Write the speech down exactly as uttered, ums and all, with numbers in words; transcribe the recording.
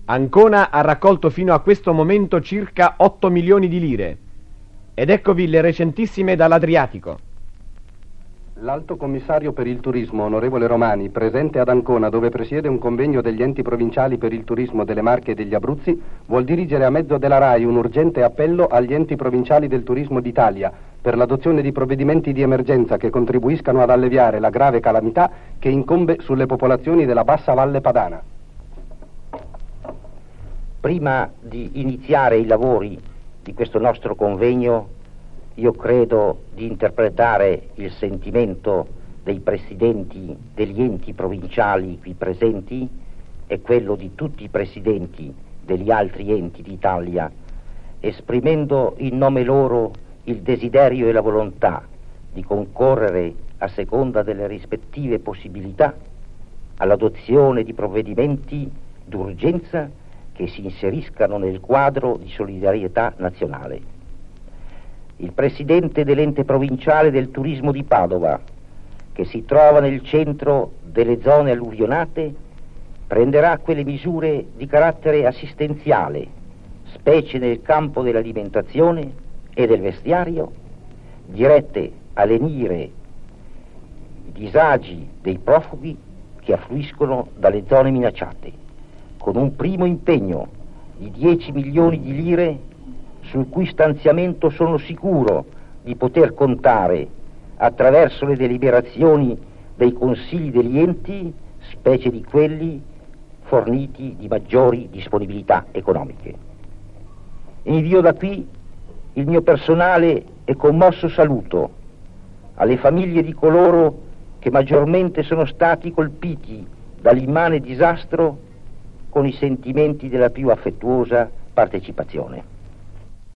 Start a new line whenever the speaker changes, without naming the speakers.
Ancona ha raccolto fino a questo momento circa otto milioni di lire. Ed eccovi le recentissime dall'Adriatico.
L'Alto Commissario per il Turismo, onorevole Romani, presente ad Ancona dove presiede un convegno degli enti provinciali per il turismo delle Marche e degli Abruzzi, vuol dirigere a mezzo della RAI un urgente appello agli enti provinciali del turismo d'Italia per l'adozione di provvedimenti di emergenza che contribuiscano ad alleviare la grave calamità che incombe sulle popolazioni della bassa Valle Padana.
Prima di iniziare i lavori di questo nostro convegno, io credo di interpretare il sentimento dei presidenti degli enti provinciali qui presenti e quello di tutti i presidenti degli altri enti d'Italia, esprimendo in nome loro il desiderio e la volontà di concorrere a seconda delle rispettive possibilità all'adozione di provvedimenti d'urgenza che si inseriscano nel quadro di solidarietà nazionale. Il presidente dell'ente provinciale del turismo di Padova, che si trova nel centro delle zone alluvionate, prenderà quelle misure di carattere assistenziale, specie nel campo dell'alimentazione e del vestiario, dirette a lenire i disagi dei profughi che affluiscono dalle zone minacciate, con un primo impegno di dieci milioni di lire sul cui stanziamento sono sicuro di poter contare attraverso le deliberazioni dei consigli degli enti, specie di quelli forniti di maggiori disponibilità economiche. Invio da qui il mio personale e commosso saluto alle famiglie di coloro che maggiormente sono stati colpiti dall'immane disastro, con i sentimenti della più affettuosa partecipazione.